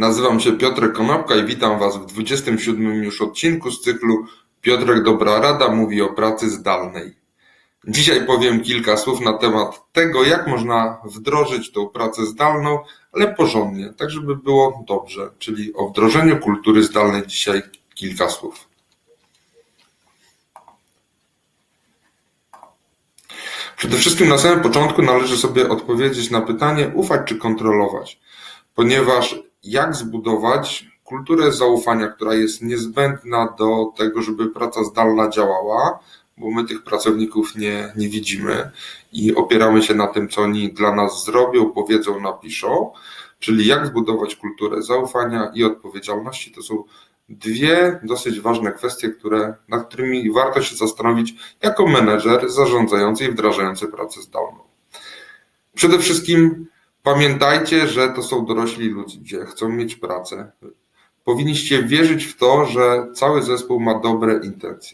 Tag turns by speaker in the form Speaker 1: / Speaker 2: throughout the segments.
Speaker 1: Nazywam się Piotrek Konopka i witam Was w 27. już odcinku z cyklu Piotrek Dobra Rada mówi o pracy zdalnej. Dzisiaj powiem kilka słów na temat tego, jak można wdrożyć tą pracę zdalną, ale porządnie, tak żeby było dobrze, czyli o wdrożeniu kultury zdalnej dzisiaj kilka słów. Przede wszystkim na samym początku należy sobie odpowiedzieć na pytanie ufać czy kontrolować, ponieważ jak zbudować kulturę zaufania, która jest niezbędna do tego, żeby praca zdalna działała, bo my tych pracowników nie widzimy i opieramy się na tym, co oni dla nas zrobią, powiedzą, napiszą, czyli jak zbudować kulturę zaufania i odpowiedzialności. To są dwie dosyć ważne kwestie, nad którymi warto się zastanowić jako menedżer zarządzający i wdrażający pracę zdalną. Przede wszystkim pamiętajcie, że to są dorośli ludzie, chcą mieć pracę. Powinniście wierzyć w to, że cały zespół ma dobre intencje.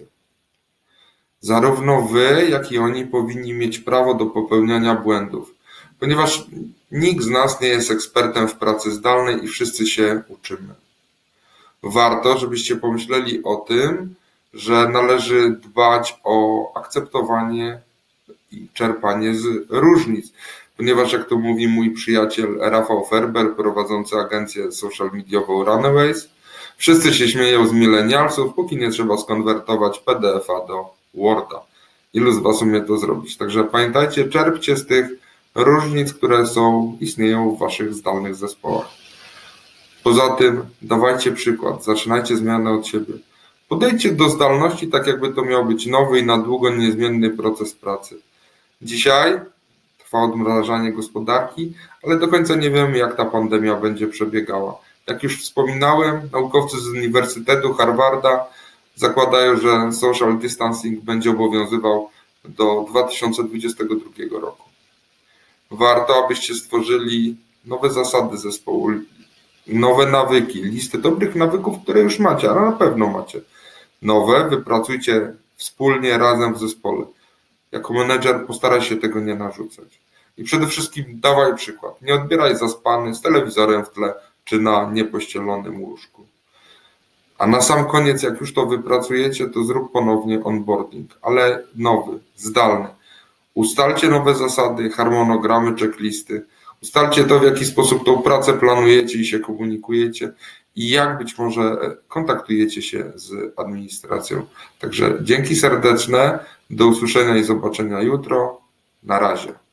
Speaker 1: Zarówno wy, jak i oni powinni mieć prawo do popełniania błędów, ponieważ nikt z nas nie jest ekspertem w pracy zdalnej i wszyscy się uczymy. Warto, żebyście pomyśleli o tym, że należy dbać o akceptowanie i czerpanie z różnic, ponieważ jak to mówi mój przyjaciel Rafał Ferber, prowadzący agencję social mediową Runaways, wszyscy się śmieją z milenialsów, póki nie trzeba skonwertować PDF-a do Worda. Ilu z Was umie to zrobić? Także pamiętajcie, czerpcie z tych różnic, które istnieją w Waszych zdalnych zespołach. Poza tym dawajcie przykład, zaczynajcie zmianę od siebie. Podejdźcie do zdalności tak, jakby to miał być nowy i na długo niezmienny proces pracy. Dzisiaj trwa odmrażanie gospodarki, ale do końca nie wiemy, jak ta pandemia będzie przebiegała. Jak już wspominałem, naukowcy z Uniwersytetu Harvarda zakładają, że social distancing będzie obowiązywał do 2022 roku. Warto, abyście stworzyli nowe zasady zespołu, nowe nawyki, listy dobrych nawyków, które już macie, ale na pewno macie. Nowe wypracujcie wspólnie, razem w zespole. Jako menedżer postaraj się tego nie narzucać. I przede wszystkim dawaj przykład. Nie odbieraj zaspany z telewizorem w tle czy na niepościelonym łóżku. A na sam koniec, jak już to wypracujecie, to zrób ponownie onboarding, ale nowy, zdalny. Ustalcie nowe zasady, harmonogramy, checklisty. Ustalcie to, w jaki sposób tą pracę planujecie i się komunikujecie i jak być może kontaktujecie się z administracją. Także dzięki serdeczne, do usłyszenia i zobaczenia jutro. Na razie.